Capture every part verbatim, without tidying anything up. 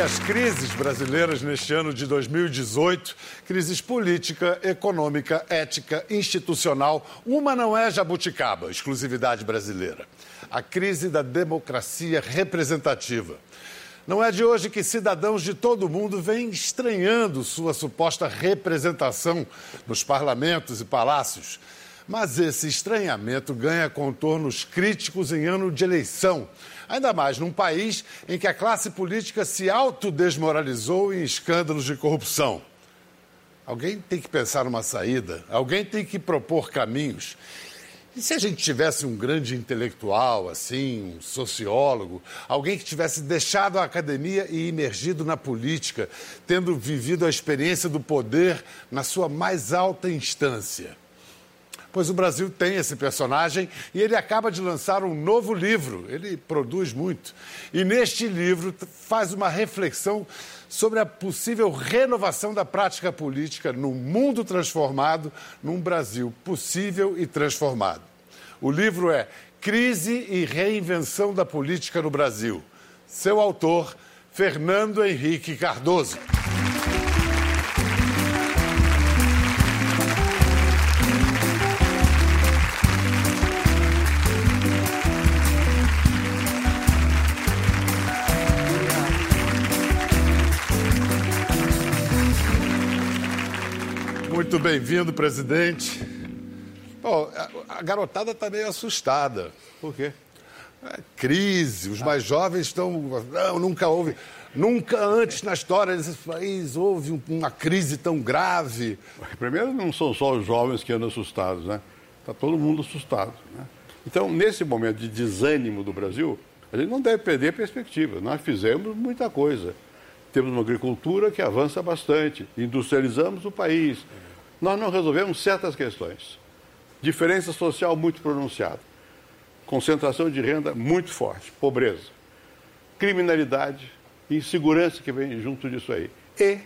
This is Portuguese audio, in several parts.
as crises brasileiras neste ano de dois mil e dezoito, crises política, econômica, ética, institucional, uma não é jabuticaba, exclusividade brasileira. A crise da democracia representativa. Não é de hoje que cidadãos de todo o mundo vêm estranhando sua suposta representação nos parlamentos e palácios. Mas esse estranhamento ganha contornos críticos em ano de eleição. Ainda mais num país em que a classe política se autodesmoralizou em escândalos de corrupção. Alguém tem que pensar numa saída, alguém tem que propor caminhos. E se a gente tivesse um grande intelectual, assim, um sociólogo, alguém que tivesse deixado a academia e imergido na política, tendo vivido a experiência do poder na sua mais alta instância? Pois o Brasil tem esse personagem e ele acaba de lançar um novo livro. Ele produz muito. E neste livro faz uma reflexão sobre a possível renovação da prática política num mundo transformado, num Brasil possível e transformado. O livro é Crise e Reinvenção da Política no Brasil. Seu autor, Fernando Henrique Cardoso. Muito bem-vindo, presidente. Bom, a, a garotada está meio assustada. Por quê? É, crise, os mais jovens estão... Não, nunca houve... Nunca antes na história desse país houve uma crise tão grave. Primeiro, não são só os jovens que andam assustados, né? Está todo mundo assustado, né? Então, nesse momento de desânimo do Brasil, a gente não deve perder a perspectiva. Nós fizemos muita coisa. Temos uma agricultura que avança bastante, industrializamos o país. Nós não resolvemos certas questões. Diferença social muito pronunciada, concentração de renda muito forte, pobreza, criminalidade, insegurança que vem junto disso aí. E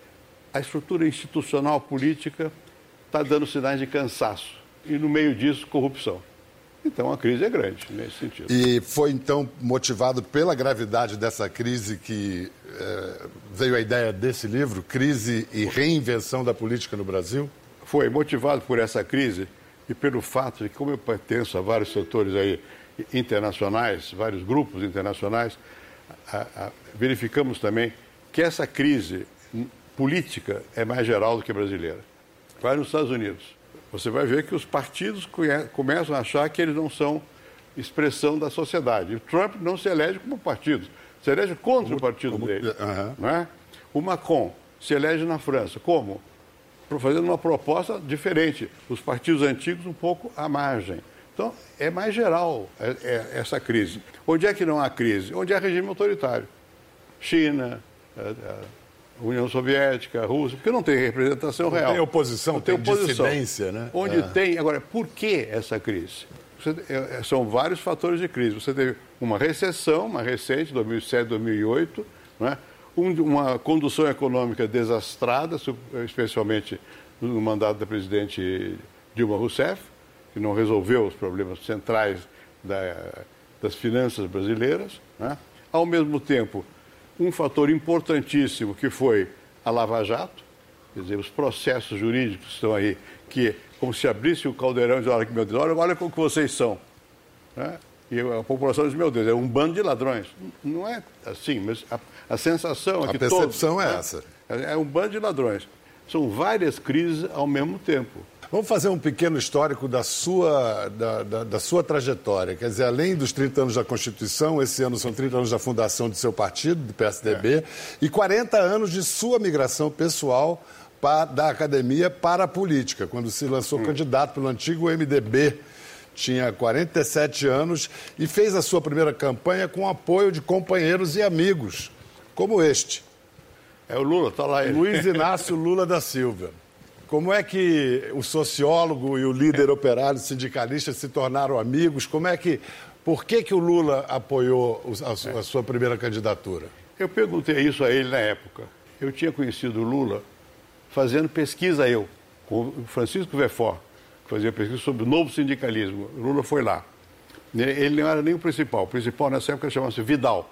a estrutura institucional política está dando sinais de cansaço. E no meio disso, corrupção. Então, a crise é grande nesse sentido. E foi, então, motivado pela gravidade dessa crise que eh, veio a ideia desse livro, Crise e Reinvenção da Política no Brasil? Foi motivado por essa crise e pelo fato de que, como eu pertenço a vários setores aí internacionais, vários grupos internacionais, a, a, verificamos também que essa crise política é mais geral do que brasileira. Vai nos Estados Unidos. Você vai ver que os partidos começam a achar que eles não são expressão da sociedade. O Trump não se elege como partido, se elege contra como, o partido como, dele. Uh-huh. Não é? O Macron se elege na França. Como? Fazendo uma proposta diferente. Os partidos antigos um pouco à margem. Então, é mais geral é, é, essa crise. Onde é que não há crise? Onde há regime autoritário. China... É, é, União Soviética, Rússia, porque não tem representação não real. Tem oposição, não tem, tem oposição. dissidência, né? Onde é. tem... Agora, por que essa crise? Você, é, são vários fatores de crise. Você teve uma recessão, uma recente, dois mil e sete, dois mil e oito, não é? um, uma condução econômica desastrada, especialmente no mandato da presidente Dilma Rousseff, que não resolveu os problemas centrais da, das finanças brasileiras, não é? Ao mesmo tempo, um fator importantíssimo que foi a Lava Jato, quer dizer, os processos jurídicos que estão aí, que como se abrisse o caldeirão de olha que meu Deus, olha, olha como que vocês são. Né? E a população diz, meu Deus, é um bando de ladrões. Não é assim, mas a, a sensação é a que percepção todos, é né? essa. É um bando de ladrões. São várias crises ao mesmo tempo. Vamos fazer um pequeno histórico da sua, da, da, da sua trajetória. Quer dizer, além dos trinta anos da Constituição, esse ano são trinta anos da fundação do seu partido, do P S D B, é. e quarenta anos de sua migração pessoal para, da academia para a política, quando se lançou hum. candidato pelo antigo M D B. Tinha quarenta e sete anos e fez a sua primeira campanha com o apoio de companheiros e amigos, como este. É o Lula, está lá ele. Luiz Inácio Lula da Silva. Como é que o sociólogo e o líder operário sindicalista se tornaram amigos? Como é que, por que, que o Lula apoiou a sua, a sua primeira candidatura? Eu perguntei isso a ele na época. Eu tinha conhecido o Lula fazendo pesquisa, eu, com o Francisco Verfort, que fazia pesquisa sobre o novo sindicalismo. O Lula foi lá. Ele não era nem o principal. O principal nessa época chamava-se Vidal.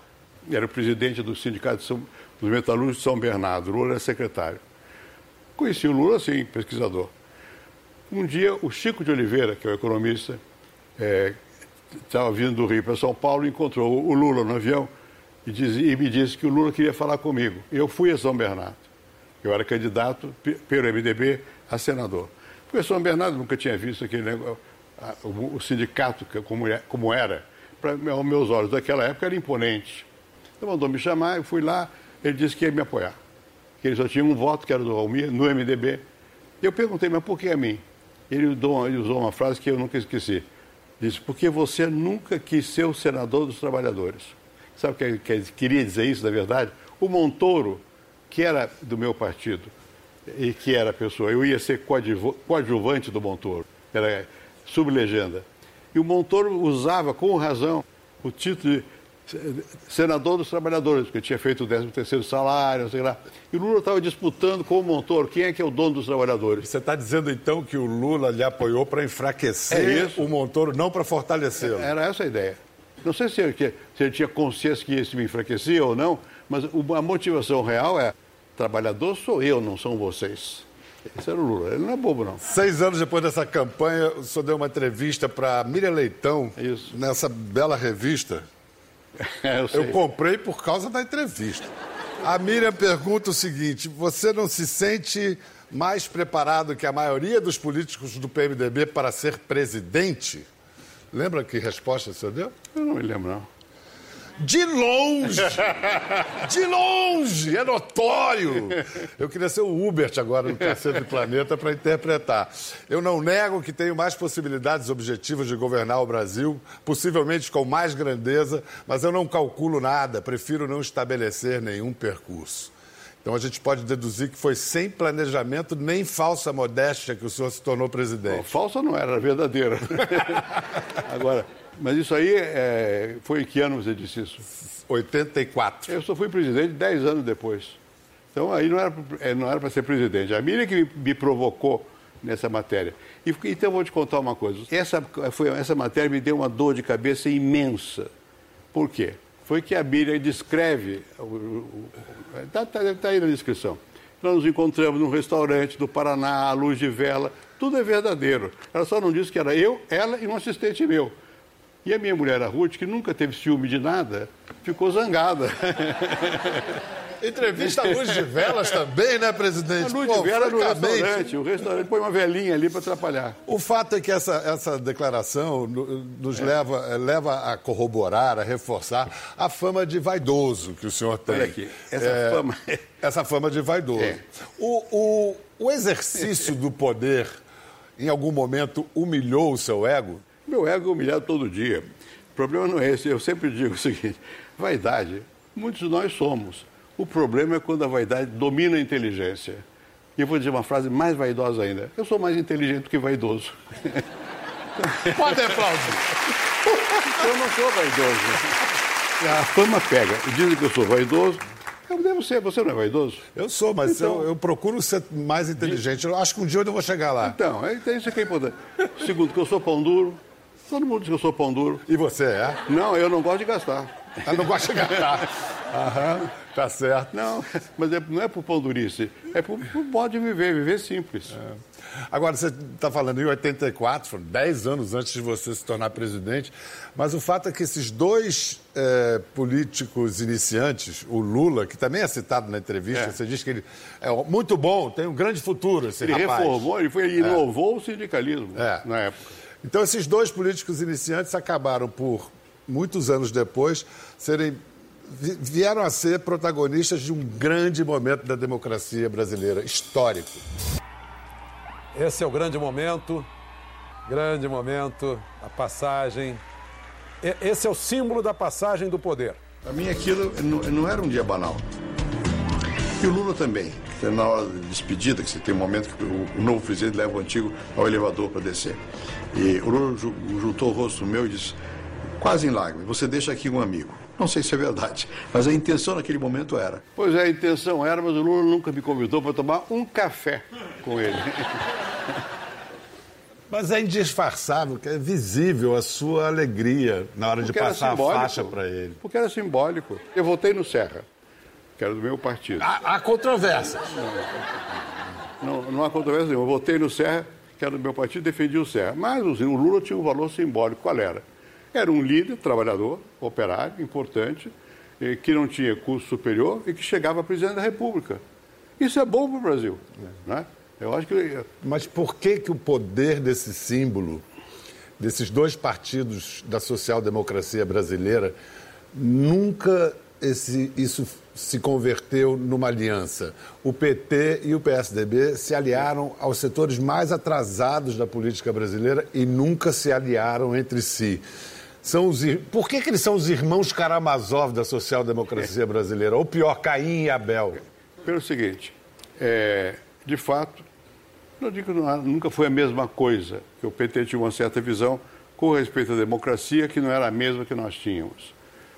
era o presidente do Sindicato de São, dos Metalúrgicos de São Bernardo. O Lula era secretário. Conheci o Lula, sim, pesquisador. Um dia, o Chico de Oliveira, que é o economista, estava é, vindo do Rio para São Paulo, encontrou o Lula no avião e, dizia, e me disse que o Lula queria falar comigo. Eu fui a São Bernardo. Eu era candidato pelo M D B a senador. Fui a São Bernardo, nunca tinha visto aquele negócio, o, o sindicato como, como era. Para aos meus olhos daquela época era imponente. Então mandou me chamar, eu fui lá, ele disse que ia me apoiar. Que ele só tinha um voto, que era do Almir, no M D B. Eu perguntei, mas por que a mim? Ele usou uma frase que eu nunca esqueci. Disse, porque você nunca quis ser o senador dos trabalhadores. Sabe o que ele queria dizer isso, na verdade? O Montoro, que era do meu partido, e que era a pessoa, eu ia ser coadjuvante do Montoro, era sublegenda. E o Montoro usava, com razão, o título de senador dos trabalhadores, porque tinha feito o décimo terceiro salário, sei lá. E o Lula estava disputando com o Montoro quem é que é o dono dos trabalhadores. Você está dizendo, então, que o Lula lhe apoiou para enfraquecer é o Montoro, não para fortalecê-lo? Era essa a ideia. Não sei se ele, se ele tinha consciência que isso me enfraquecia ou não, mas a motivação real é: trabalhador sou eu, não são vocês. Esse era o Lula. Ele não é bobo, não. Seis anos depois dessa campanha, o senhor deu uma entrevista para Miriam Leitão, isso. Nessa bela revista. É, eu, eu comprei por causa da entrevista. A Miriam pergunta o seguinte: você não se sente mais preparado que a maioria dos políticos do P M D B para ser presidente? Lembra que resposta o senhor deu? Eu não me lembro, não. De longe! De longe! É notório! Eu queria ser o Hubert agora no Cacete Planeta para interpretar. Eu não nego que tenho mais possibilidades objetivas de governar o Brasil, possivelmente com mais grandeza, mas eu não calculo nada, prefiro não estabelecer nenhum percurso. Então a gente pode deduzir que foi sem planejamento nem falsa modéstia que o senhor se tornou presidente. Bom, falsa não era, era verdadeira. Agora... Mas isso aí, é... foi em que ano você disse isso? oitenta e quatro. Eu só fui presidente dez anos depois. Então aí não era, não era para ser presidente. A Miriam que me provocou nessa matéria. E, então eu vou te contar uma coisa. Essa, foi, essa matéria me deu uma dor de cabeça imensa. Por quê? Foi que a Miriam descreve, está tá, tá aí na descrição. Nós nos encontramos num restaurante do Paraná, à luz de vela, tudo é verdadeiro. Ela só não disse que era eu, ela e um assistente meu. E a minha mulher, a Ruth, que nunca teve ciúme de nada, ficou zangada. Entrevista à luz de velas também, né, presidente? A luz Pô, de velas no restaurante. O restaurante põe uma velinha ali para atrapalhar. O fato é que essa, essa declaração nos é. leva, leva a corroborar, a reforçar a fama de vaidoso que o senhor tem. Olha aqui, essa é, fama... Essa fama de vaidoso. É. O, o, o exercício do poder, em algum momento, humilhou o seu ego? Meu ego é humilhado todo dia. O problema não é esse. Eu sempre digo o seguinte: vaidade, muitos de nós somos. O problema é quando a vaidade domina a inteligência. E eu vou dizer uma frase mais vaidosa ainda: eu sou mais inteligente do que vaidoso. Pode aplaudir. Eu não sou vaidoso. A fama pega. Dizem que eu sou vaidoso. Eu devo ser. Você não é vaidoso? Eu sou, mas então, eu, eu procuro ser mais inteligente. Eu acho que um dia eu vou chegar lá. Então, isso aqui é importante. Segundo, que eu sou pão duro. Todo mundo diz que eu sou pão duro. E você é? Não, eu não gosto de gastar. Eu não gosto de gastar. Aham, tá certo. Não, mas é, não é por pão durice. É por, por modo de viver, viver simples. É. Agora, você está falando em oitenta e quatro, foram dez anos antes de você se tornar presidente, mas o fato é que esses dois é, políticos iniciantes, o Lula, que também é citado na entrevista, é. Você diz que ele é muito bom, tem um grande futuro, esse ele rapaz. reformou, ele, foi, ele inovou é. o sindicalismo é. na época. Então, esses dois políticos iniciantes acabaram por, muitos anos depois, serem, vieram a ser protagonistas de um grande momento da democracia brasileira, histórico. Esse é o grande momento, grande momento, a passagem. Esse é o símbolo da passagem do poder. Para mim, aquilo não era um dia banal. E o Lula também. Na hora de despedida, que você tem um momento que o novo presidente leva o antigo ao elevador para descer. E o Lula juntou o rosto meu e disse, quase em lágrimas, você deixa aqui um amigo. Não sei se é verdade, mas a intenção naquele momento era. Pois é, a intenção era, mas o Lula nunca me convidou para tomar um café com ele. Mas é indisfarçável, que é visível a sua alegria na hora Porque de passar a faixa para ele. Porque era simbólico. Eu votei no Serra, que era do meu partido. Há, há controvérsia. Não, não há controvérsia nenhuma. Eu votei no Serra, que era do meu partido, defendi o Serra. Mas o Lula tinha um valor simbólico. Qual era? Era um líder, trabalhador, operário, importante, que não tinha curso superior e que chegava a presidente da República. Isso é bom para o Brasil, né? Eu acho que... Mas por que, que o poder desse símbolo, desses dois partidos da social-democracia brasileira, nunca esse, isso se converteu numa aliança? O P T e o P S D B se aliaram aos setores mais atrasados da política brasileira e nunca se aliaram entre si. São os, por que, que eles são os irmãos Karamazov da social-democracia brasileira? Ou pior, Caim e Abel? Pelo seguinte, é, de fato, não digo que nunca foi a mesma coisa, que o P T tinha uma certa visão com respeito à democracia que não era a mesma que nós tínhamos.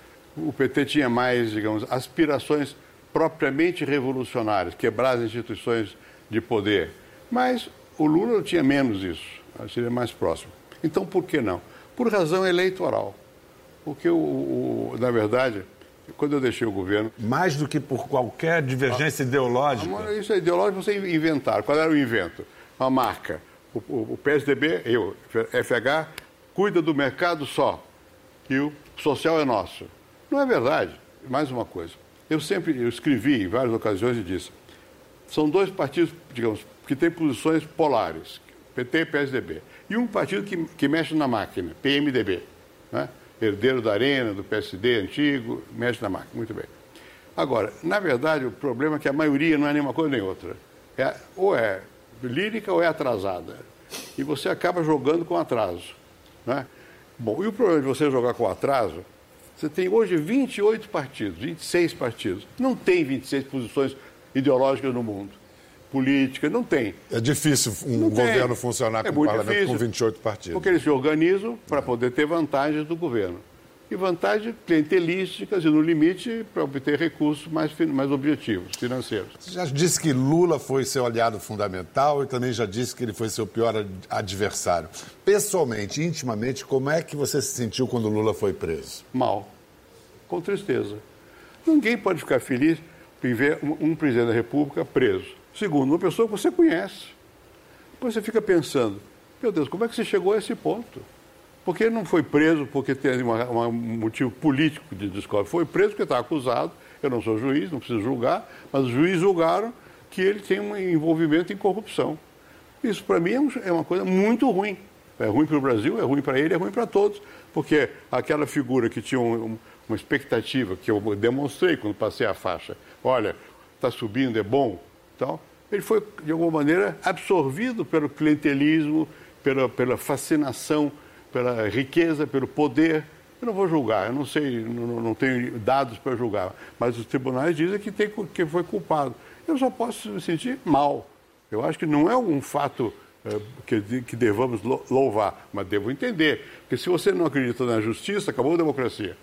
O P T tinha mais, digamos, aspirações propriamente revolucionárias, quebrar as instituições de poder. Mas o Lula tinha menos isso, seria mais próximo. Então, por que não? Por razão eleitoral. Porque, o, o, na verdade, quando eu deixei o governo... Mais do que por qualquer divergência ah, ideológica? Isso é ideológico, você inventar. Qual era o invento? Uma marca. O, o, o P S D B, eu, F H, cuida do mercado só. E o social é nosso. Não é verdade. Mais uma coisa. Eu sempre eu escrevi em várias ocasiões e disse, são dois partidos, digamos, que têm posições polares, P T e P S D B. E um partido que, que mexe na máquina, P M D B, né? Herdeiro da Arena, do P S D antigo, mexe na máquina. Muito bem. Agora, na verdade, o problema é que a maioria não é nenhuma coisa nem outra. É, ou é lírica ou é atrasada. E você acaba jogando com atraso, né? Bom, e o problema de você jogar com atraso, você tem hoje vinte e oito partidos, vinte e seis partidos. Não tem vinte e seis posições ideológicas no mundo. Política, não tem. É difícil um não governo tem. funcionar é com um parlamento difícil, com vinte e oito partidos. Porque eles se organizam para poder ter vantagens do governo. E vantagens clientelísticas e, no limite, para obter recursos mais, mais objetivos, financeiros. Você já disse que Lula foi seu aliado fundamental e também já disse que ele foi seu pior adversário. Pessoalmente, intimamente, como é que você se sentiu quando Lula foi preso? Mal. Com tristeza. Ninguém pode ficar feliz em ver um, um presidente da República preso. Segundo, uma pessoa que você conhece. Depois você fica pensando, meu Deus, como é que você chegou a esse ponto? Porque ele não foi preso porque tem uma, uma, um motivo político de descobre. Foi preso porque está acusado, eu não sou juiz, não preciso julgar, mas os juízes julgaram que ele tem um envolvimento em corrupção. Isso, para mim, é, um, é uma coisa muito ruim. É ruim para o Brasil, é ruim para ele, é ruim para todos. Porque aquela figura que tinha um, um, uma expectativa, que eu demonstrei quando passei a faixa, olha, está subindo, é bom, então, ele foi, de alguma maneira, absorvido pelo clientelismo, pela, pela fascinação, pela riqueza, pelo poder. Eu não vou julgar, eu não sei, não, não tenho dados para julgar, mas os tribunais dizem que, tem, que foi culpado. Eu só posso me sentir mal. Eu acho que não é um fato é, que, que devamos louvar, mas devo entender. Porque se você não acredita na justiça, acabou a democracia.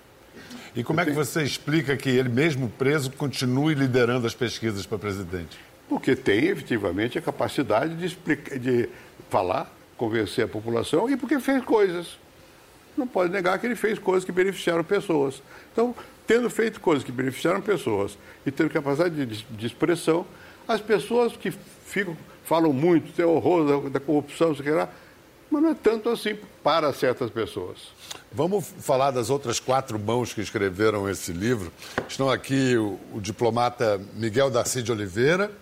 E como é que você explica que ele, mesmo preso, continue liderando as pesquisas para presidente? Porque tem, efetivamente, a capacidade de, explicar, de falar, convencer a população e porque fez coisas. Não pode negar que ele fez coisas que beneficiaram pessoas. Então, tendo feito coisas que beneficiaram pessoas e tendo capacidade de, de expressão, as pessoas que ficam, falam muito, tem horror da, da corrupção, sei lá, mas não é tanto assim para certas pessoas. Vamos falar das outras quatro mãos que escreveram esse livro. Estão aqui o, o diplomata Miguel Darcy de Oliveira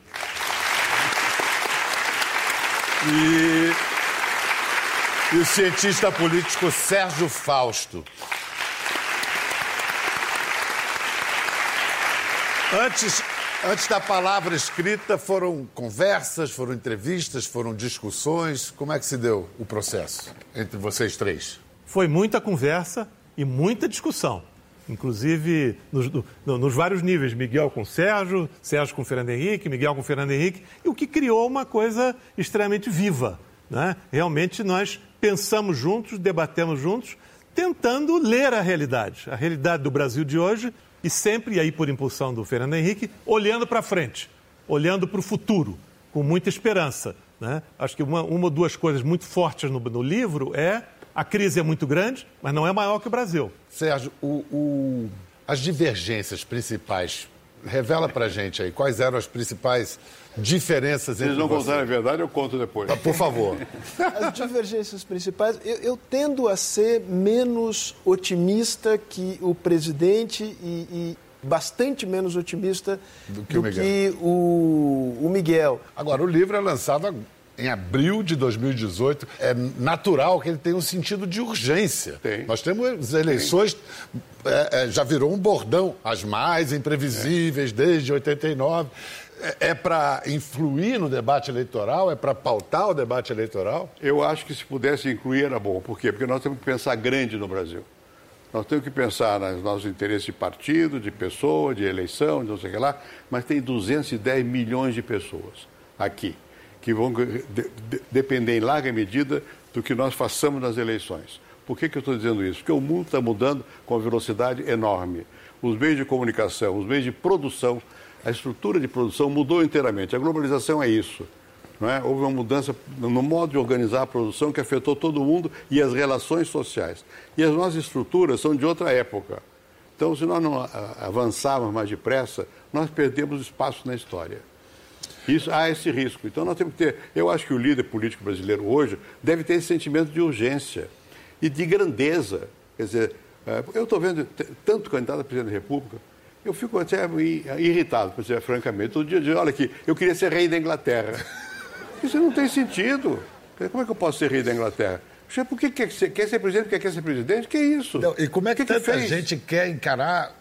e, e o cientista político Sérgio Fausto. Antes, antes da palavra escrita, foram conversas, foram entrevistas, foram discussões. Como é que se deu o processo entre vocês três? Foi muita conversa e muita discussão. Inclusive nos, no, nos vários níveis. Miguel com Sérgio, Sérgio com Fernando Henrique, Miguel com Fernando Henrique. E o que criou uma coisa extremamente viva, né? Realmente nós pensamos juntos, debatemos juntos, tentando ler a realidade. A realidade do Brasil de hoje. E sempre, e aí por impulsão do Fernando Henrique, olhando para frente, olhando para o futuro, com muita esperança, né? Acho que uma, uma ou duas coisas muito fortes no, no livro é a crise é muito grande, mas não é maior que o Brasil. Sérgio, o, o, as divergências principais, revela pra gente aí, quais eram as principais diferenças entre vocês. Se eles não contarem a verdade, eu conto depois. Por favor. As divergências principais, eu, eu tendo a ser menos otimista que o presidente e, e bastante menos otimista do que, do o, Miguel. que o, o Miguel. Agora, o livro é lançado em abril de dois mil e dezoito. É natural que ele tenha um sentido de urgência. Tem. Nós temos eleições, é, é, já virou um bordão, as mais imprevisíveis é. desde oitenta e nove. É, é para influir no debate eleitoral? É para pautar o debate eleitoral? Eu acho que se pudesse incluir era bom. Por quê? Porque nós temos que pensar grande no Brasil. Nós temos que pensar nos nossos interesses de partido, de pessoa, de eleição, de não sei o que lá, mas tem duzentos e dez milhões de pessoas aqui que vão de, de, depender em larga medida do que nós façamos nas eleições. Por que, que eu estou dizendo isso? Porque o mundo está mudando com uma velocidade enorme. Os meios de comunicação, os meios de produção, a estrutura de produção mudou inteiramente. A globalização é isso. Não é? Houve uma mudança no modo de organizar a produção que afetou todo mundo e as relações sociais. E as nossas estruturas são de outra época. Então, se nós não avançarmos mais depressa, nós perdemos espaço na história. Isso, há esse risco. Então, nós temos que ter... Eu acho que o líder político brasileiro hoje deve ter esse sentimento de urgência e de grandeza. Quer dizer, eu estou vendo tanto candidato a presidente da República, eu fico até irritado, para dizer francamente. Todo dia eu digo, olha aqui, eu queria ser rei da Inglaterra. Isso não tem sentido. Como é que eu posso ser rei da Inglaterra? Por que quer ser, quer ser presidente porque quer ser presidente? Que isso? Não, e como é que, que tanta que gente quer encarar,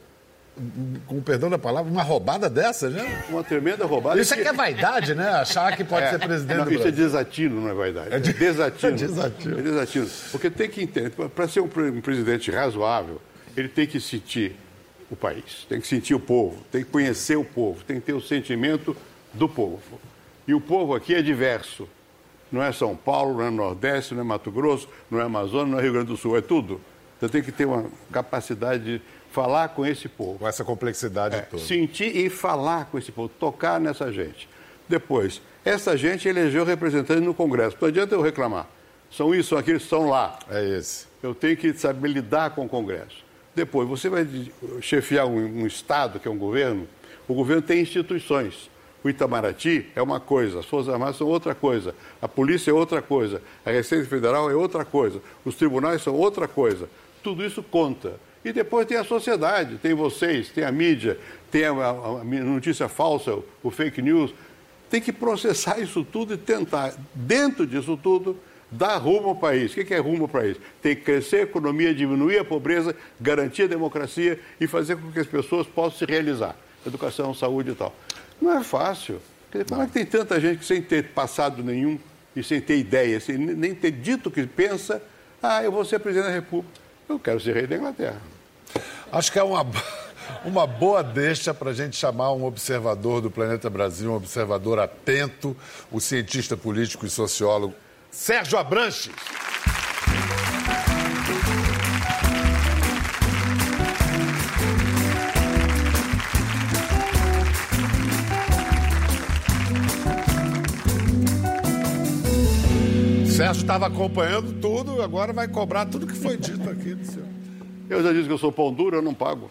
com perdão da palavra, uma roubada dessa, né? Uma tremenda roubada. Isso é que é vaidade, né? Achar que pode é, ser presidente não, do Isso Brasil. é desatino, não é vaidade. É, de... é desatino. É desatino. É desatino. Porque tem que entender, para ser um presidente razoável, ele tem que sentir o país, tem que sentir o povo, tem que conhecer o povo, tem que ter o sentimento do povo. E o povo aqui é diverso. Não é São Paulo, não é Nordeste, não é Mato Grosso, não é Amazônia, não é Rio Grande do Sul, é tudo. Então tem que ter uma capacidade de falar com esse povo. Com essa complexidade é, toda. Sentir e falar com esse povo, tocar nessa gente. Depois, essa gente elegeu representantes no Congresso. Não adianta eu reclamar. São isso, são aqueles que estão lá. É esse. Eu tenho que saber lidar com o Congresso. Depois, você vai chefiar um, um Estado, que é um governo, o governo tem instituições. O Itamaraty é uma coisa, as Forças Armadas são outra coisa, a polícia é outra coisa, a Receita Federal é outra coisa, os tribunais são outra coisa. Tudo isso conta. E depois tem a sociedade, tem vocês, tem a mídia, tem a, a, a notícia falsa, o fake news. Tem que processar isso tudo e tentar, dentro disso tudo, dar rumo ao país. O que é rumo ao país? Tem que crescer a economia, diminuir a pobreza, garantir a democracia e fazer com que as pessoas possam se realizar. Educação, saúde e tal. Não é fácil. Quer dizer, como é que tem tanta gente que sem ter passado nenhum e sem ter ideia, sem nem ter dito o que pensa, ah, eu vou ser presidente da República. Eu quero ser rei da Inglaterra. Acho que é uma, uma boa deixa para a gente chamar um observador do Planeta Brasil, um observador atento, o cientista político e sociólogo Sérgio Abranches. Sérgio estava acompanhando tudo, agora vai cobrar tudo que foi dito aqui. Eu já disse que eu sou pão duro, eu não pago.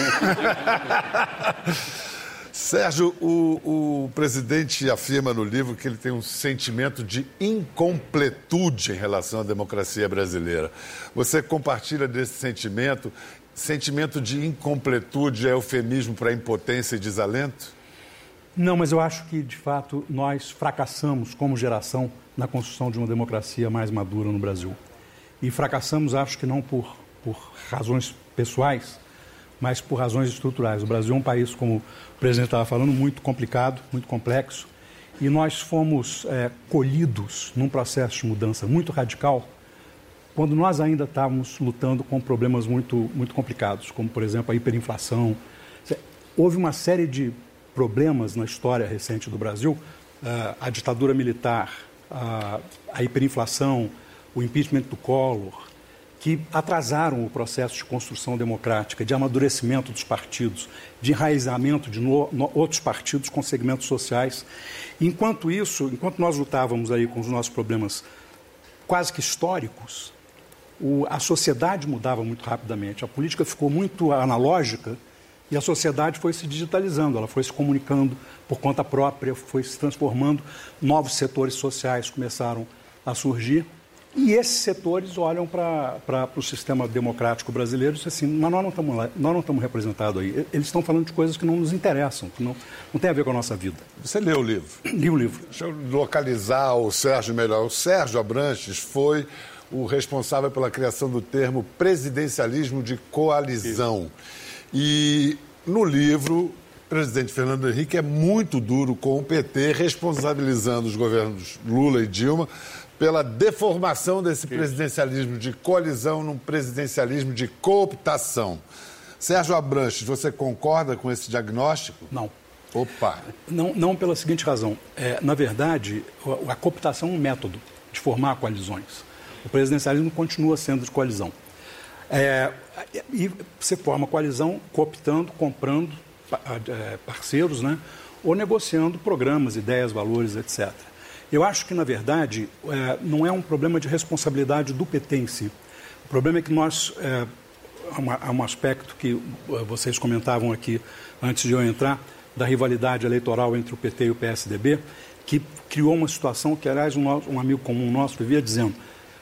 Sérgio, o, o presidente afirma no livro que ele tem um sentimento de incompletude em relação à democracia brasileira. Você compartilha desse sentimento? Sentimento de incompletude é eufemismo para impotência e desalento? Não, mas eu acho que, de fato, nós fracassamos como geração na construção de uma democracia mais madura no Brasil. E fracassamos, acho que não por, por razões pessoais, mas por razões estruturais. O Brasil é um país, como o presidente estava falando, muito complicado, muito complexo, e nós fomos é, colhidos num processo de mudança muito radical quando nós ainda estávamos lutando com problemas muito, muito complicados, como, por exemplo, a hiperinflação. Houve uma série de problemas na história recente do Brasil, uh, a ditadura militar, uh, a hiperinflação, o impeachment do Collor, que atrasaram o processo de construção democrática, de amadurecimento dos partidos, de enraizamento de no, no, outros partidos com segmentos sociais. Enquanto isso, enquanto nós lutávamos aí com os nossos problemas quase que históricos, o, a sociedade mudava muito rapidamente, a política ficou muito analógica e a sociedade foi se digitalizando, ela foi se comunicando por conta própria, foi se transformando, novos setores sociais começaram a surgir. E esses setores olham para o sistema democrático brasileiro e dizem assim, mas nós não estamos lá, nós não estamos representados aí. Eles estão falando de coisas que não nos interessam, que não, não tem a ver com a nossa vida. Você leu o livro? Li o livro. Deixa eu localizar o Sérgio melhor. O Sérgio Abranches foi o responsável pela criação do termo presidencialismo de coalizão. E no livro, o presidente Fernando Henrique é muito duro com o P T, responsabilizando os governos Lula e Dilma pela deformação desse presidencialismo de coalizão num presidencialismo de cooptação. Sérgio Abranches, você concorda com esse diagnóstico? Não. Opa! Não, não pela seguinte razão. É, na verdade, a cooptação é um método de formar coalizões. O presidencialismo continua sendo de coalizão. É, e você forma coalizão cooptando, comprando parceiros, né? Ou negociando programas, ideias, valores, etcétera. Eu acho que, na verdade, é, não é um problema de responsabilidade do P T em si. O problema é que nós... É, há, uma, há um aspecto que vocês comentavam aqui, antes de eu entrar, da rivalidade eleitoral entre o P T e o P S D B, que criou uma situação que, aliás, um, um amigo comum nosso vivia dizendo,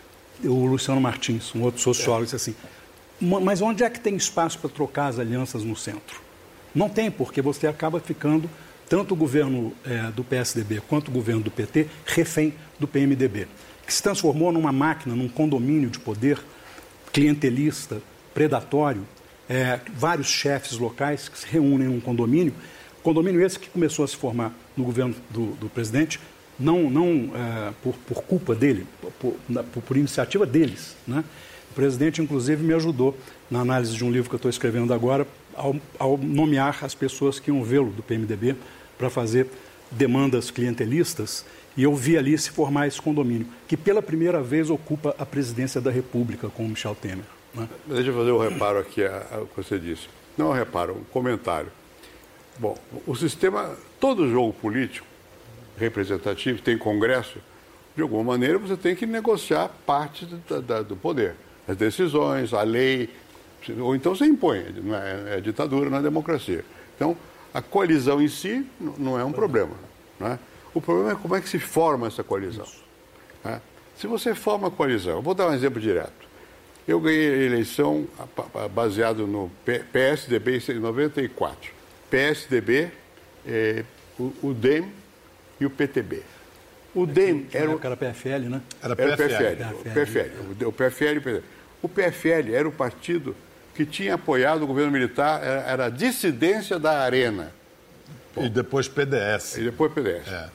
o Luciano Martins, um outro sociólogo, disse assim, mas onde é que tem espaço para trocar as alianças no centro? Não tem, porque você acaba ficando... tanto o governo é, do P S D B quanto o governo do P T, refém do P M D B, que se transformou numa máquina, num condomínio de poder clientelista, predatório, é, vários chefes locais que se reúnem num condomínio, condomínio esse que começou a se formar no governo do, do presidente, não, não é, por, por culpa dele, por, por, por iniciativa deles, né? O presidente, inclusive, me ajudou na análise de um livro que eu estou escrevendo agora, ao, ao nomear as pessoas que iam vê-lo do P M D B, para fazer demandas clientelistas, e eu vi ali se formar esse condomínio, que pela primeira vez ocupa a presidência da República com o Michel Temer. Né? Deixa eu fazer um reparo aqui ao que você disse. Não um reparo, um comentário. Bom, o sistema, todo jogo político representativo tem congresso, de alguma maneira você tem que negociar parte da, da, do poder. As decisões, a lei, ou então você impõe, não é, é ditadura na democracia. Então, a coalizão em si não é um problema. Né? O problema é como é que se forma essa coalizão. Né? Se você forma a coalizão, eu vou dar um exemplo direto. Eu ganhei a eleição baseado no P S D B em noventa e quatro. P S D B, eh, o, o D E M e o P T B. O D E M era o... Era P F L, né? Era, era o P F L. O P F L. O P F L e o P T B. O P F L era o partido que tinha apoiado o governo militar, era, era a dissidência da Arena. Bom, e depois P D S. E depois P D S. É.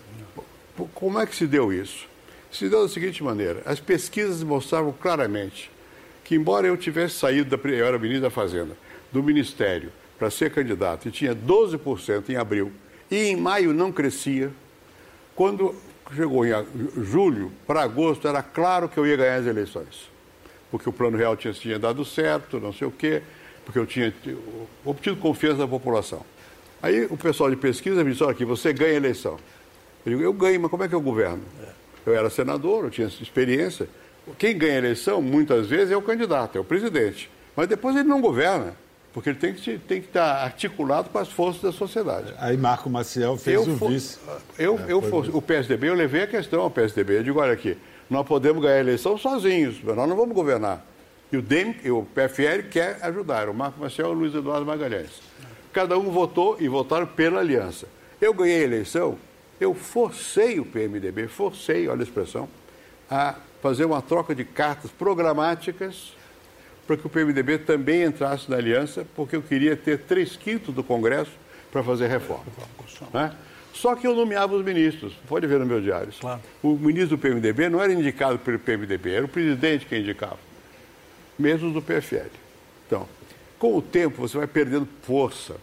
Como é que se deu isso? Se deu da seguinte maneira, as pesquisas mostravam claramente que, embora eu tivesse saído, da, eu era ministro da Fazenda, do Ministério para ser candidato, e tinha doze por cento em abril, e em maio não crescia, quando chegou em julho para agosto, era claro que eu ia ganhar as eleições. Porque o Plano Real tinha, tinha dado certo, não sei o quê, porque eu tinha obtido confiança da população. Aí o pessoal de pesquisa me disse, olha aqui, você ganha a eleição. Eu digo, eu ganho, mas como é que eu governo? Eu era senador, eu tinha experiência. Quem ganha a eleição, muitas vezes, é o candidato, é o presidente. Mas depois ele não governa, porque ele tem que, tem que estar articulado com as forças da sociedade. Aí Marco Maciel fez eu o for, vice. Eu, é, eu for, o P S D B, eu levei a questão ao P S D B. Eu digo, olha aqui, nós podemos ganhar a eleição sozinhos, mas nós não vamos governar. E o D E M, e o P F L quer ajudar, o Marco Maciel e o Luiz Eduardo Magalhães. Cada um votou e votaram pela aliança. Eu ganhei a eleição, eu forcei o P M D B, forcei, olha a expressão, a fazer uma troca de cartas programáticas para que o P M D B também entrasse na aliança, porque eu queria ter três quintos do Congresso para fazer reforma. Né? Só que eu nomeava os ministros, pode ver no meu diário. Claro. O ministro do P M D B não era indicado pelo P M D B, era o presidente que indicava, mesmo do P F L. Então, com o tempo você vai perdendo força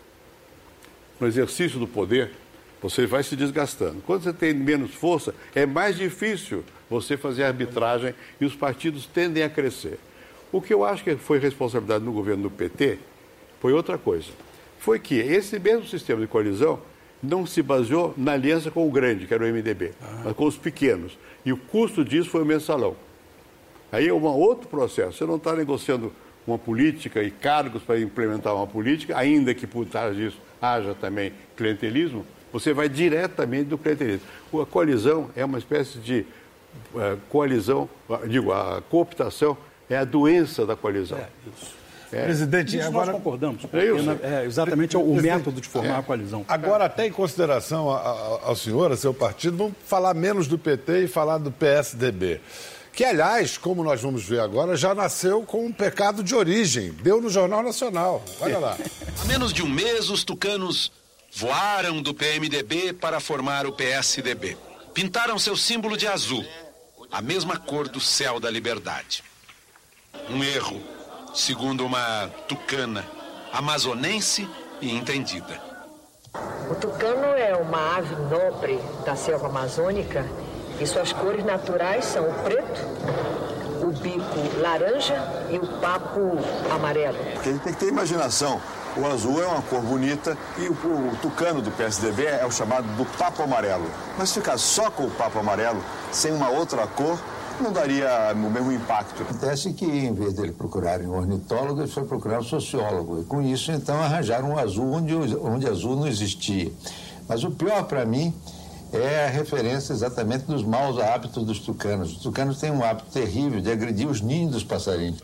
no exercício do poder, você vai se desgastando. Quando você tem menos força, é mais difícil você fazer arbitragem e os partidos tendem a crescer. O que eu acho que foi responsabilidade no governo do P T foi outra coisa. Foi que esse mesmo sistema de coalizão não se baseou na aliança com o grande, que era o M D B, ah. mas com os pequenos. E o custo disso foi o mensalão. Aí é um outro processo. Você não está negociando uma política e cargos para implementar uma política, ainda que por trás disso haja também clientelismo, você vai diretamente do clientelismo. A coalizão é uma espécie de uh, coalizão, uh, digo, a cooptação é a doença da coalizão. É, isso. É. Presidente, isso agora... nós concordamos. É, é exatamente o Presidente, método de formar é. a coalizão. Agora, até em consideração ao, ao senhor, ao seu partido, vamos falar menos do P T e falar do P S D B. Que, aliás, como nós vamos ver agora, já nasceu com um pecado de origem. Deu no Jornal Nacional. Olha lá. Há menos de um mês, os tucanos voaram do P M D B para formar o P S D B. Pintaram seu símbolo de azul, a mesma cor do céu da liberdade. Um erro, segundo uma tucana amazonense e entendida. O tucano é uma ave nobre da selva amazônica e suas cores naturais são o preto, o bico laranja e o papo amarelo. Porque a gente tem que ter imaginação. O azul é uma cor bonita e o, o tucano do P S D B é o chamado do papo amarelo. Mas ficar só com o papo amarelo, sem uma outra cor, não daria o mesmo impacto. Acontece que, em vez dele procurarem um ornitólogo, ele foi procurar um sociólogo. E com isso, então, arranjaram um azul onde, onde azul não existia. Mas o pior para mim é a referência exatamente dos maus hábitos dos tucanos. Os tucanos têm um hábito terrível de agredir os ninhos dos passarinhos.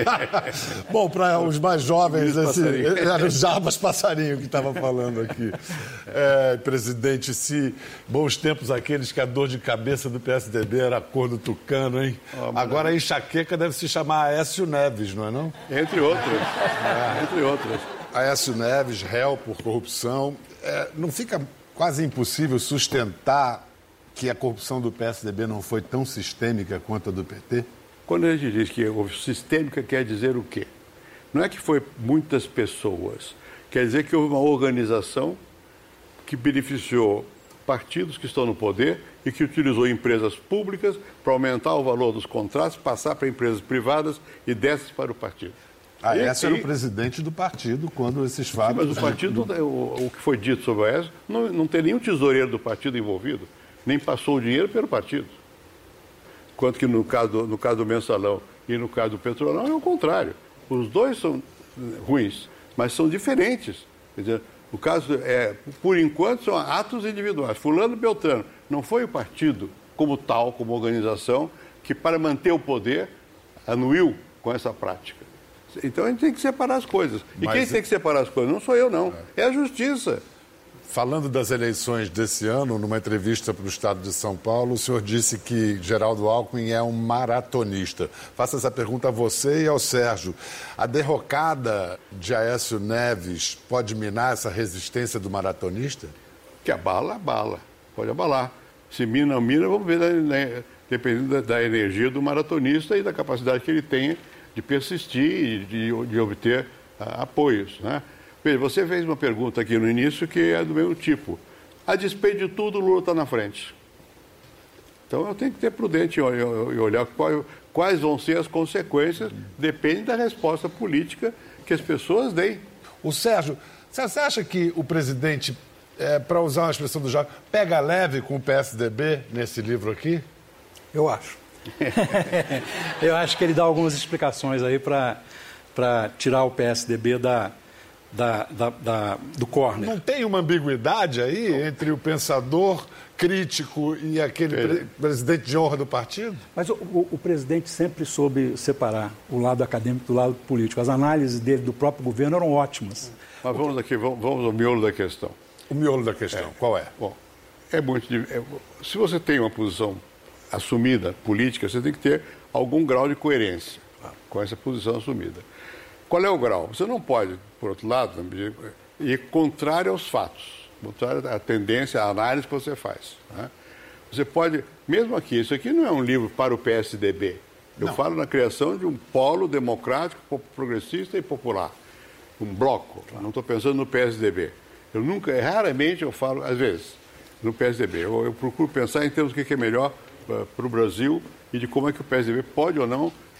Bom, para os mais jovens, esse, era o Jabas Passarinho que estava falando aqui. É, presidente, se bons tempos aqueles que a dor de cabeça do P S D B era a cor do tucano, hein? Oh, agora a enxaqueca deve se chamar Aécio Neves, não é não? Entre outras. É. Entre outras. Aécio Neves, réu por corrupção. É, não fica quase impossível sustentar que a corrupção do P S D B não foi tão sistêmica quanto a do P T? Quando a gente diz que houve sistêmica, quer dizer o quê? Não é que foi muitas pessoas. Quer dizer que houve uma organização que beneficiou partidos que estão no poder e que utilizou empresas públicas para aumentar o valor dos contratos, passar para empresas privadas e dessas para o partido. Ah, Aécio era o presidente do partido quando esses fatos... Mas o partido, o, o que foi dito sobre o Aécio, não, não tem nenhum tesoureiro do partido envolvido, nem passou o dinheiro pelo partido. Quanto que no caso, no caso do Mensalão e no caso do Petrolão é o contrário. Os dois são ruins, mas são diferentes. Quer dizer, o caso é, por enquanto, são atos individuais. Fulano Beltrano não foi o partido como tal, como organização, que para manter o poder anuiu com essa prática. Então a gente tem que separar as coisas. E mas... quem tem que separar as coisas? Não sou eu, não. É a justiça. Falando das eleições desse ano, numa entrevista para o Estado de São Paulo, o senhor disse que Geraldo Alckmin é um maratonista. Faço essa pergunta a você e ao Sérgio. A derrocada de Aécio Neves pode minar essa resistência do maratonista? Que abala, abala. Pode abalar. Se mina ou mina, vamos ver, né, dependendo da, da energia do maratonista e da capacidade que ele tem de persistir e de, de obter uh, apoios, né? Veja, você fez uma pergunta aqui no início que é do mesmo tipo. A despeito de tudo, o Lula está na frente. Então eu tenho que ter prudente e olhar quais, quais vão ser as consequências, depende da resposta política que as pessoas deem. O Sérgio, você acha que o presidente, é, para usar uma expressão do Jacques, pega leve com o P S D B nesse livro aqui? Eu acho. Eu acho que ele dá algumas explicações aí para tirar o P S D B da... Da, da, da, do corner. Não tem uma ambiguidade aí não. entre o pensador crítico e aquele pre presidente de honra do partido? Mas o, o, o presidente sempre soube separar o lado acadêmico do lado político. As análises dele do próprio governo eram ótimas. Mas vamos aqui, vamos, vamos ao miolo da questão. O miolo da questão, é. Qual é? Bom, é muito... É, se você tem uma posição assumida, política, você tem que ter algum grau de coerência com essa posição assumida. Qual é o grau? Você não pode, por outro lado, ir contrário aos fatos, contrário à tendência, à análise que você faz. Né? Você pode, mesmo aqui, isso aqui não é um livro para o P S D B. Eu não. falo na criação de um polo democrático, progressista e popular. Um bloco. Claro. Não estou pensando no P S D B. Eu nunca, raramente eu falo, às vezes, no P S D B. Eu, eu procuro pensar em termos do que é melhor uh, para o Brasil e de como é que o P S D B pode ou não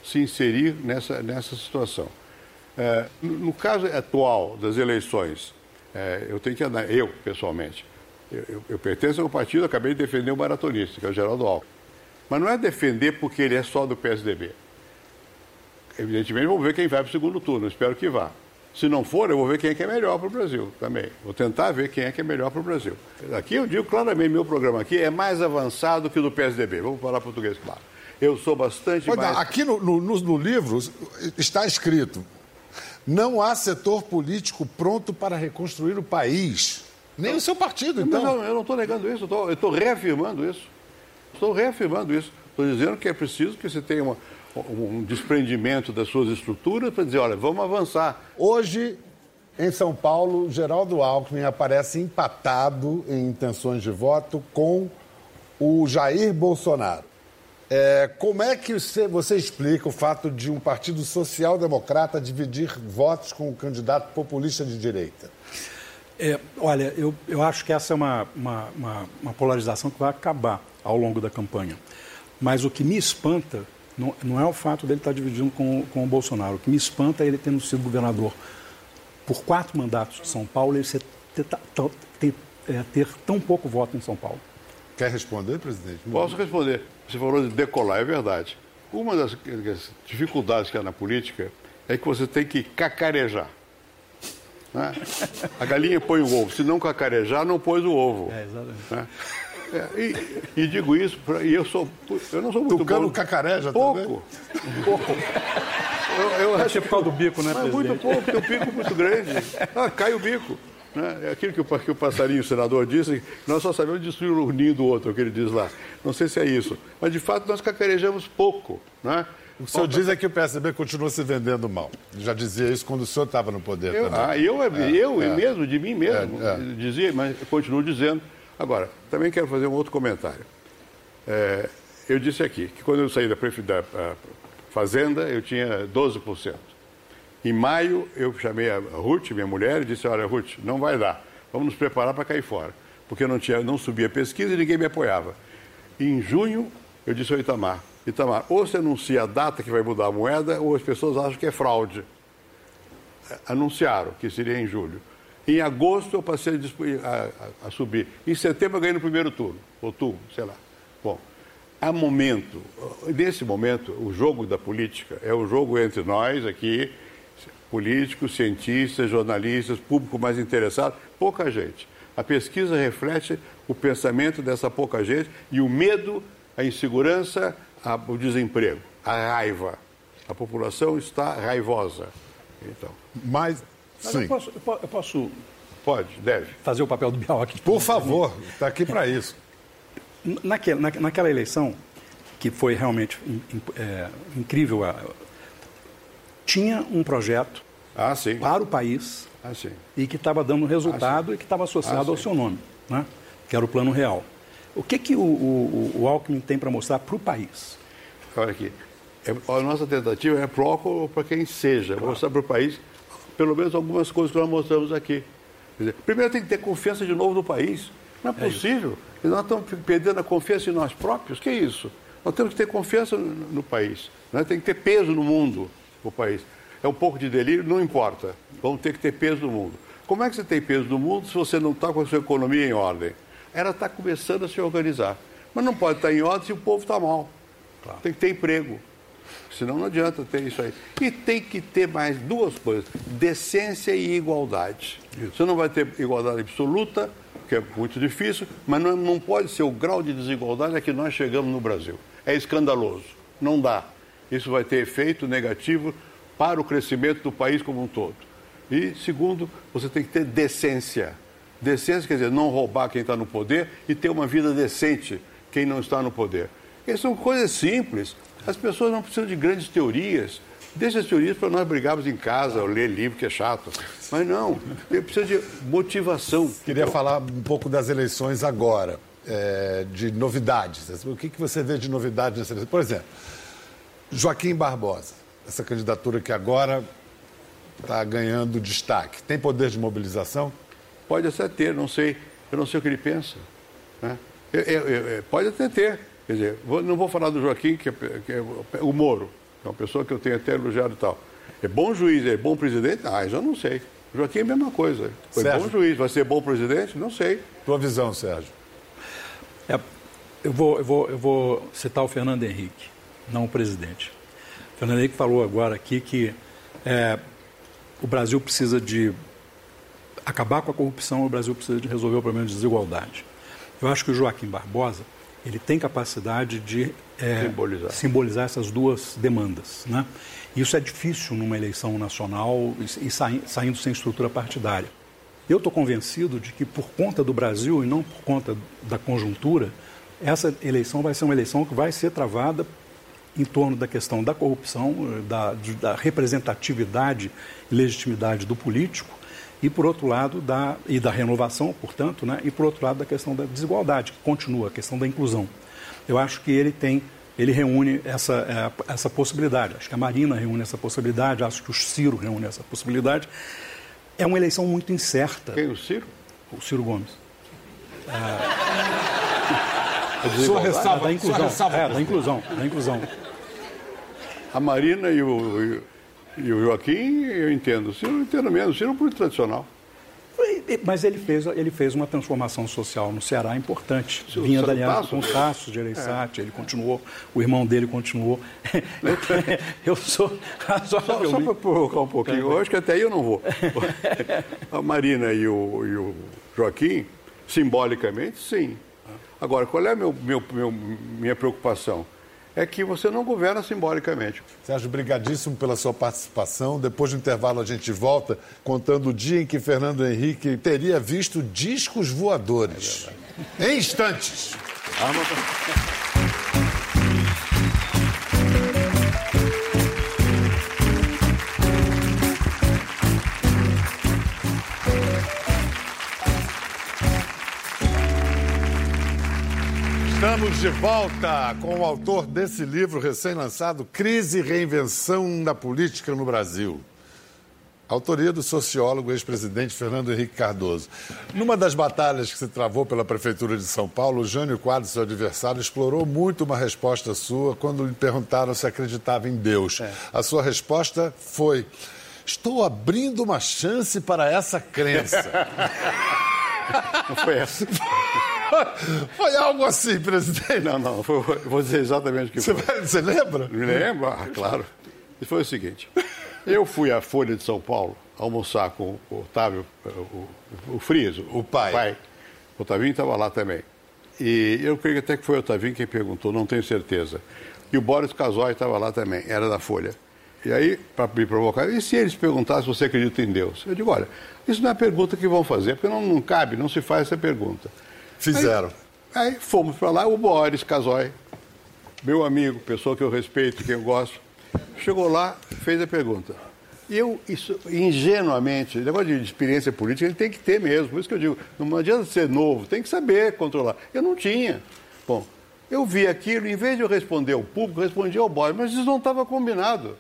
se inserir nessa, nessa situação. É, no, no caso atual das eleições, é, eu tenho que andar, eu pessoalmente, eu, eu, eu pertenço a um partido, acabei de defender um maratonista, que é o Geraldo Alckmin. Mas não é defender porque ele é só do P S D B. Evidentemente, vamos ver quem vai para o segundo turno, espero que vá. Se não for, eu vou ver quem é que é melhor para o Brasil também. Vou tentar ver quem é que é melhor para o Brasil. Aqui eu digo claramente, meu programa aqui é mais avançado que o do P S D B. Vamos falar português, claro. Eu sou bastante Olha, mais... Aqui no, no, no livro está escrito: não há setor político pronto para reconstruir o país. Nem o seu partido, então. Não, eu não estou negando isso, eu estou reafirmando isso. Estou reafirmando isso. Estou dizendo que é preciso que você tenha uma... um desprendimento das suas estruturas para dizer, olha, vamos avançar. Hoje, em São Paulo, Geraldo Alckmin aparece empatado em intenções de voto com o Jair Bolsonaro. É, como é que você, você explica o fato de um partido social-democrata dividir votos com um candidato populista de direita? É, olha, eu, eu acho que essa é uma, uma, uma, uma polarização que vai acabar ao longo da campanha. Mas o que me espanta Não, não é o fato dele estar dividindo com, com o Bolsonaro. O que me espanta é ele tendo sido governador por quatro mandatos de São Paulo e ele ser, ter, ter, é, ter tão pouco voto em São Paulo. Quer responder, presidente? Posso responder. Você falou de decolar, é verdade. Uma das dificuldades que há na política é que você tem que cacarejar. Né? A galinha põe o ovo. Se não cacarejar, não pôs o ovo. É, exatamente. Né? É, e, e digo isso, pra, e eu sou, eu não sou muito Tucano bom. cacareja pouco. também? Pouco. Eu, eu acho é por causa do bico, né, presidente? Muito pouco, tem um bico muito grande. Ah, cai o bico. Né? É aquilo que o, que o passarinho, o senador, disse, nós só sabemos destruir o ninho do outro, é o que ele diz lá. Não sei se é isso. Mas, de fato, nós cacarejamos pouco. Né? O senhor diz é que o P S D B continua se vendendo mal. Já dizia isso quando o senhor estava no poder eu, também. Ah, eu, é, eu é, mesmo, de mim mesmo, é, é. dizia, mas continuo dizendo. Agora, também quero fazer um outro comentário. É, eu disse aqui que quando eu saí da, da Fazenda, eu tinha doze por cento. Em maio, eu chamei a Ruth, minha mulher, e disse, olha, Ruth, não vai dar. Vamos nos preparar para cair fora. Porque eu não, tinha, não subia pesquisa e ninguém me apoiava. E em junho, eu disse ao Itamar, Itamar, ou você anuncia a data que vai mudar a moeda, ou as pessoas acham que é fraude. Anunciaram que seria em julho. Em agosto eu passei a, a, a subir. Em setembro eu ganhei no primeiro turno, outubro, sei lá. Bom, há momento, nesse momento, o jogo da política é o jogo entre nós aqui, políticos, cientistas, jornalistas, público mais interessado, pouca gente. A pesquisa reflete o pensamento dessa pouca gente e o medo, a insegurança, a, o desemprego, a raiva. A população está raivosa. Então, mas... Mas eu posso, eu posso... Pode, deve. Fazer o papel do Bial aqui. Por favor, está aqui para isso. Naquela, na, naquela eleição, que foi realmente é, incrível, a, tinha um projeto ah, sim. para o país ah, sim. e que estava dando resultado ah, e que estava associado ah, ao seu nome, né? Que era o Plano Real. O que, que o, o, o Alckmin tem para mostrar para o país? Olha aqui, é, a nossa tentativa é pro ou para quem seja, claro. Mostrar para o país pelo menos algumas coisas que nós mostramos aqui. Quer dizer, primeiro tem que ter confiança de novo no país. Não é possível. É nós estamos perdendo a confiança em nós próprios. Que é isso? Nós temos que ter confiança no, no país. Né? Tem que ter peso no mundo, o país. É um pouco de delírio, não importa. Vamos ter que ter peso no mundo. Como é que você tem peso no mundo se você não está com a sua economia em ordem? Ela está começando a se organizar. Mas não pode estar em ordem se o povo está mal. Claro. Tem que ter emprego. Senão não adianta ter isso aí. E tem que ter mais duas coisas: decência e igualdade. Isso. Você não vai ter igualdade absoluta, que é muito difícil, mas não, não pode ser o grau de desigualdade a que nós chegamos no Brasil. É escandaloso. Não dá. Isso vai ter efeito negativo para o crescimento do país como um todo. E, segundo, você tem que ter decência. Decência quer dizer não roubar quem está no poder e ter uma vida decente quem não está no poder. Essas são coisas simples. As pessoas não precisam de grandes teorias. Deixa as teorias para nós brigarmos em casa, ou ler livro, que é chato. Mas não, precisa de motivação. Queria falar um pouco das eleições agora, é, de novidades. O que, que você vê de novidade nessa eleição? Por exemplo, Joaquim Barbosa, essa candidatura que agora está ganhando destaque. Tem poder de mobilização? Pode até ter, não sei. Eu não sei o que ele pensa. Né? Eu, eu, eu, pode até ter. Quer dizer, vou, não vou falar do Joaquim, que é, que é o Moro. é uma pessoa que eu tenho até elogiado e tal. É bom juiz, é bom presidente? Ah, já não sei. O Joaquim é a mesma coisa. Foi Sérgio. Bom juiz, vai ser bom presidente? Não sei. Tua visão, Sérgio? É, eu, vou, eu, vou, eu vou citar o Fernando Henrique, não o presidente. O Fernando Henrique falou agora aqui que é, o Brasil precisa de acabar com a corrupção, o Brasil precisa de resolver o problema de desigualdade. Eu acho que o Joaquim Barbosa ele tem capacidade de é, simbolizar. simbolizar essas duas demandas, né? Isso é difícil numa eleição nacional e, e saindo sem estrutura partidária. Eu estou convencido de que, por conta do Brasil e não por conta da conjuntura, essa eleição vai ser uma eleição que vai ser travada em torno da questão da corrupção, da, da representatividade e legitimidade do político, e, por outro lado, da, e da renovação, portanto, né, e, por outro lado, da questão da desigualdade, que continua, a questão da inclusão. Eu acho que ele tem, ele reúne essa, essa possibilidade. Acho que a Marina reúne essa possibilidade, acho que o Ciro reúne essa possibilidade. É uma eleição muito incerta. Quem, o Ciro? O Ciro Gomes. É... Sua ressalva, da inclusão. É, da inclusão, da inclusão. A Marina e o, e o Joaquim, eu entendo. O Ciro eu entendo menos. O Ciro é muito tradicional. Mas ele fez, ele fez uma transformação social no Ceará importante. Vinha da aliança com o Tasso de Gereissati, é. Ele continuou, o irmão dele continuou. Eu, eu sou razoavelmente... Só, só para provocar um pouquinho, eu acho que até aí eu não vou. A Marina e o, e o Joaquim, simbolicamente, sim. Agora, qual é a meu, meu, meu, minha preocupação? É que você não governa simbolicamente. Sérgio, brigadíssimo pela sua participação. Depois do intervalo a gente volta contando o dia em que Fernando Henrique teria visto discos voadores. É em instantes. Arma pra... Estamos de volta com o autor desse livro recém-lançado, Crise e Reinvenção da Política no Brasil. Autoria do sociólogo e ex-presidente Fernando Henrique Cardoso. Numa das batalhas que se travou pela Prefeitura de São Paulo, o Jânio Quadros, seu adversário, explorou muito uma resposta sua quando lhe perguntaram se acreditava em Deus. É. A sua resposta foi: estou abrindo uma chance para essa crença. Não foi essa. Foi algo assim, presidente? Não, não, foi, vou dizer exatamente o que você foi. Vai, você lembra? Me lembro, ah, claro. E foi o seguinte, eu fui à Folha de São Paulo almoçar com o Otávio, o, o, o Friso, o pai. O pai. O Otavinho estava lá também. E eu creio até que foi o Otavinho quem perguntou, não tenho certeza. E o Boris Casoy estava lá também, era da Folha. E aí, para me provocar, e se eles perguntassem se você acredita em Deus? Eu digo, olha, isso não é a pergunta que vão fazer, porque não, não cabe, não se faz essa pergunta. Fizeram. Aí, aí fomos para lá, o Boris Casoy, meu amigo, pessoa que eu respeito, que eu gosto, chegou lá, fez a pergunta. E eu, isso, ingenuamente, negócio de experiência política, ele tem que ter mesmo. Por isso que eu digo, não adianta ser novo, tem que saber controlar. Eu não tinha. Bom, eu vi aquilo, em vez de eu responder ao público, eu respondi ao Boris, mas isso não estava combinado.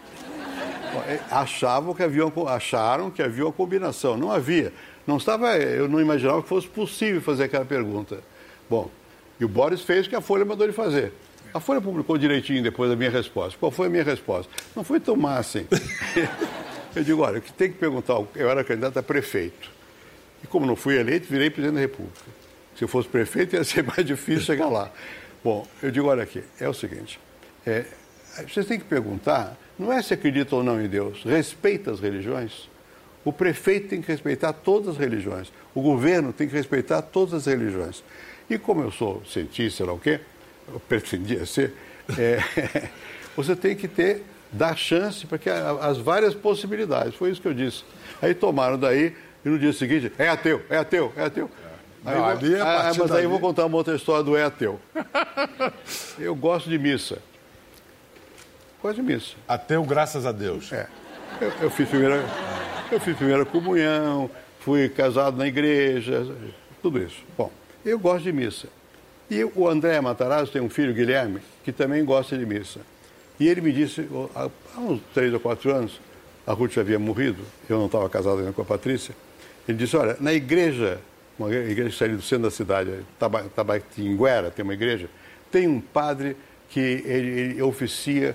Achavam que havia, acharam que havia uma combinação. Não havia. Não estava, eu não imaginava que fosse possível fazer aquela pergunta. Bom, e o Boris fez o que a Folha mandou ele fazer. A Folha publicou direitinho depois da minha resposta. Qual foi a minha resposta? Não foi tão má assim. Eu digo, olha, o que tem que perguntar, eu era candidato a prefeito. E como não fui eleito, virei presidente da República. Se eu fosse prefeito, ia ser mais difícil chegar lá. Bom, eu digo, olha aqui, é o seguinte, é, vocês têm que perguntar, não é se acredita ou não em Deus, respeita as religiões. O prefeito tem que respeitar todas as religiões. O governo tem que respeitar todas as religiões. E como eu sou cientista, sei lá o quê, eu pretendia ser, é, você tem que ter, dar chance para que as várias possibilidades. Foi isso que eu disse. Aí tomaram daí, e no dia seguinte, é ateu, é ateu, é ateu. Aí não, vou, é ah, mas aí eu vou contar uma outra história do é ateu. Eu gosto de missa. Gosto de missa. Ateu, graças a Deus. É. Eu, eu fiz primeira... Eu fiz primeira comunhão, fui casado na igreja, tudo isso. Bom, eu gosto de missa. E o André Matarazzo tem um filho, Guilherme, que também gosta de missa. E ele me disse, há uns três ou quatro anos, a Ruth já havia morrido, eu não estava casado ainda com a Patrícia, ele disse, olha, na igreja, uma igreja que está ali do centro da cidade, Tabatinguera, tem uma igreja, tem um padre que ele, ele oficia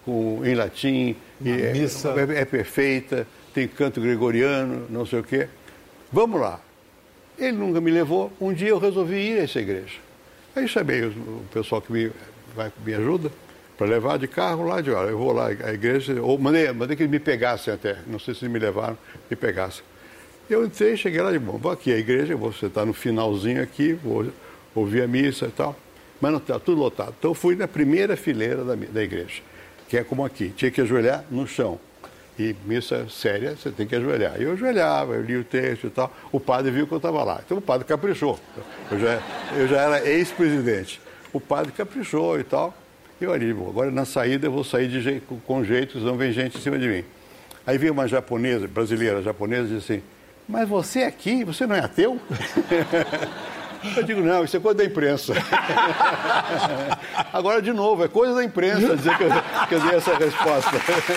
com, em latim, e é, é, é perfeita, tem canto gregoriano, não sei o quê. Vamos lá. Ele nunca me levou. Um dia eu resolvi ir a essa igreja. Aí chamei o, o pessoal que me, vai, me ajuda para levar de carro lá, de olha, eu vou lá à igreja, ou mandei, mandei que eles me pegassem até, não sei se eles me levaram, me pegassem. Eu entrei, cheguei lá de bom, vou aqui à igreja, vou sentar no finalzinho aqui, vou ouvir a missa e tal, mas não está tudo lotado. Então eu fui na primeira fileira da, da igreja, que é como aqui, tinha que ajoelhar no chão. E missa séria, você tem que ajoelhar. E eu ajoelhava, eu li o texto e tal. O padre viu que eu estava lá. Então o padre caprichou. Eu já, eu já era ex-presidente. O padre caprichou e tal. E eu ali, agora na saída eu vou sair de jeito, com jeito, senão vem gente em cima de mim. Aí veio uma japonesa, brasileira japonesa, e disse assim, mas você aqui, você não é ateu? Eu digo, não, isso é coisa da imprensa. Agora, de novo, é coisa da imprensa dizer que eu, que eu dei essa resposta.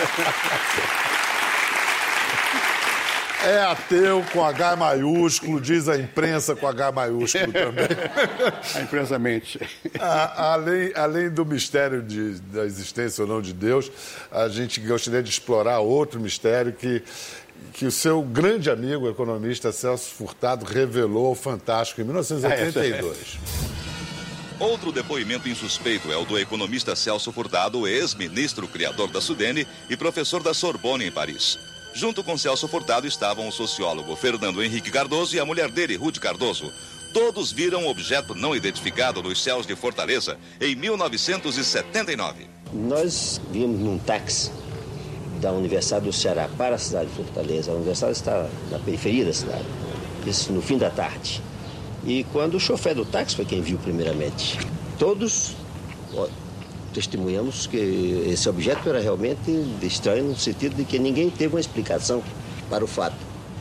É ateu com H maiúsculo, diz a imprensa com H maiúsculo também. A imprensa mente. A, além, além do mistério de, da existência ou não de Deus, a gente gostaria de explorar outro mistério que, que o seu grande amigo, o economista Celso Furtado, revelou ao Fantástico em mil novecentos e oitenta e dois. Outro depoimento insuspeito é o do economista Celso Furtado, ex-ministro criador da Sudene e professor da Sorbonne em Paris. Junto com Celso Furtado estavam o sociólogo Fernando Henrique Cardoso e a mulher dele, Ruth Cardoso. Todos viram um objeto não identificado nos céus de Fortaleza em mil novecentos e setenta e nove. Nós vimos num táxi da Universidade do Ceará para a cidade de Fortaleza. A universidade está na periferia da cidade, isso no fim da tarde. E quando o chofer do táxi foi quem viu primeiramente, todos ó, testemunhamos que esse objeto era realmente estranho no sentido de que ninguém teve uma explicação para o fato.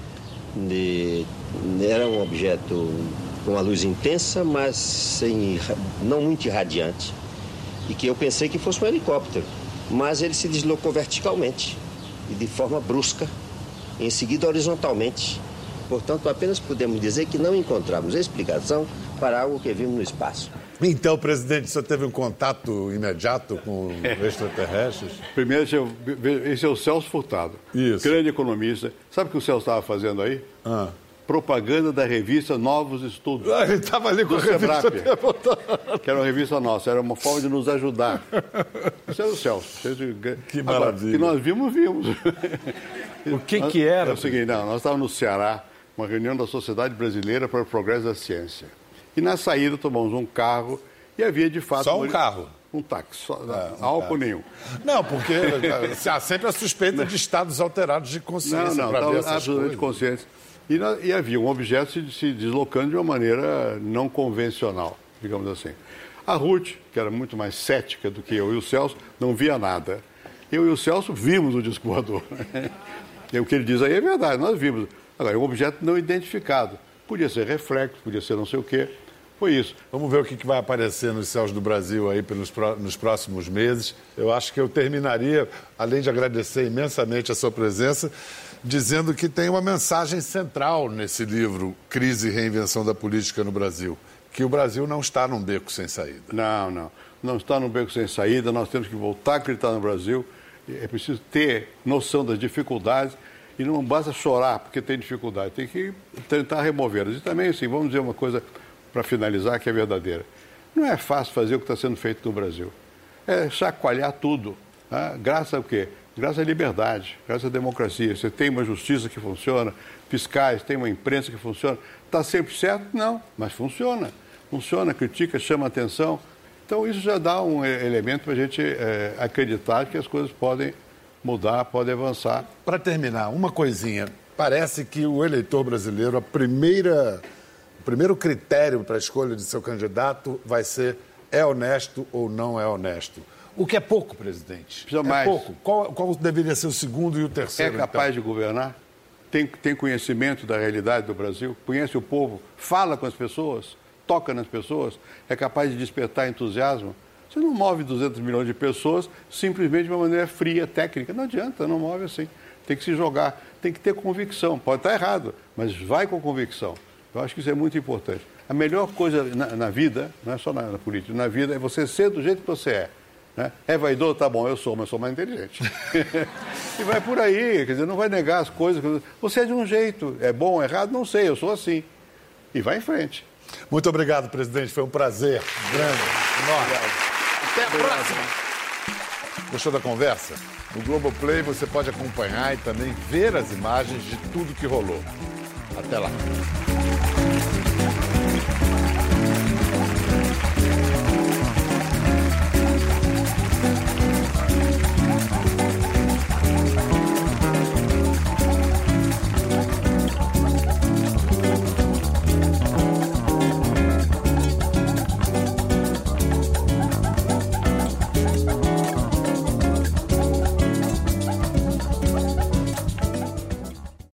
De, era um objeto com uma luz intensa, mas sem, não muito irradiante. E que eu pensei que fosse um helicóptero, mas ele se deslocou verticalmente e de forma brusca, em seguida horizontalmente. Portanto, apenas podemos dizer que não encontramos explicação para algo que vimos no espaço. Então, presidente, o senhor teve um contato imediato com extraterrestres? Primeiro, esse é o Celso Furtado, Isso. grande economista. Sabe o que o Celso estava fazendo aí? Ah. Propaganda da revista Novos Estudos. Ah, ele estava ali com a revista. Que era uma revista nossa, era uma forma de nos ajudar. Isso era o Celso. Que maravilha. O que nós vimos, vimos. O que que era? É o seguinte, não, nós estávamos no Ceará, uma reunião da Sociedade Brasileira para o Progresso da Ciência. E na saída tomamos um carro e havia de fato... Só um carro? Um táxi, só, é, um álcool carro. nenhum. Não, porque há sempre a suspeita de estados alterados de consciência. Não, não, para ver estava essas absolutamente conscientes. E, e havia um objeto se, se deslocando de uma maneira não convencional, digamos assim. A Ruth, que era muito mais cética do que eu e o Celso, não via nada. Eu e o Celso vimos o disco voador. E o que ele diz aí é verdade, nós vimos. Agora, é um objeto não identificado. Podia ser reflexo, podia ser não sei o quê. Foi isso. Vamos ver o que vai aparecer nos céus do Brasil aí pelos, nos próximos meses. Eu acho que eu terminaria, além de agradecer imensamente a sua presença, dizendo que tem uma mensagem central nesse livro, Crise e Reinvenção da Política no Brasil, que o Brasil não está num beco sem saída. Não, não. Não está num beco sem saída, nós temos que voltar a acreditar no Brasil. É preciso ter noção das dificuldades e não basta chorar porque tem dificuldade, tem que tentar removê-las. E também, assim, vamos dizer uma coisa para finalizar que é verdadeira. Não é fácil fazer o que está sendo feito no Brasil. É chacoalhar tudo. Né? Graças a quê? Graças à liberdade, graças à democracia. Você tem uma justiça que funciona, fiscais, tem uma imprensa que funciona. Está sempre certo? Não, mas funciona. Funciona, critica, chama atenção. Então isso já dá um elemento para a gente é, acreditar que as coisas podem mudar, podem avançar. Para terminar, uma coisinha. Parece que o eleitor brasileiro, a primeira, o primeiro critério para a escolha de seu candidato vai ser é honesto ou não é honesto. O que é pouco, presidente. Precisa é mais. pouco. Qual, qual deveria ser o segundo e o terceiro? É capaz então? de governar? Tem, tem conhecimento da realidade do Brasil? Conhece o povo? Fala com as pessoas? Toca nas pessoas? É capaz de despertar entusiasmo? Você não move duzentos milhões de pessoas simplesmente de uma maneira fria, técnica. Não adianta, não move assim. Tem que se jogar, tem que ter convicção. Pode estar errado, mas vai com convicção. Eu acho que isso é muito importante. A melhor coisa na, na vida, não é só na, na política, na vida, é você ser do jeito que você é. Né? É vaidoso? Tá bom, eu sou, mas sou mais inteligente. E vai por aí, quer dizer, não vai negar as coisas. Você é de um jeito, é bom ou errado? Não sei, eu sou assim. E vai em frente. Muito obrigado, presidente, foi um prazer grande, enorme. Até a próxima. Gostou da conversa? No Globoplay você pode acompanhar e também ver as imagens de tudo que rolou. Até lá.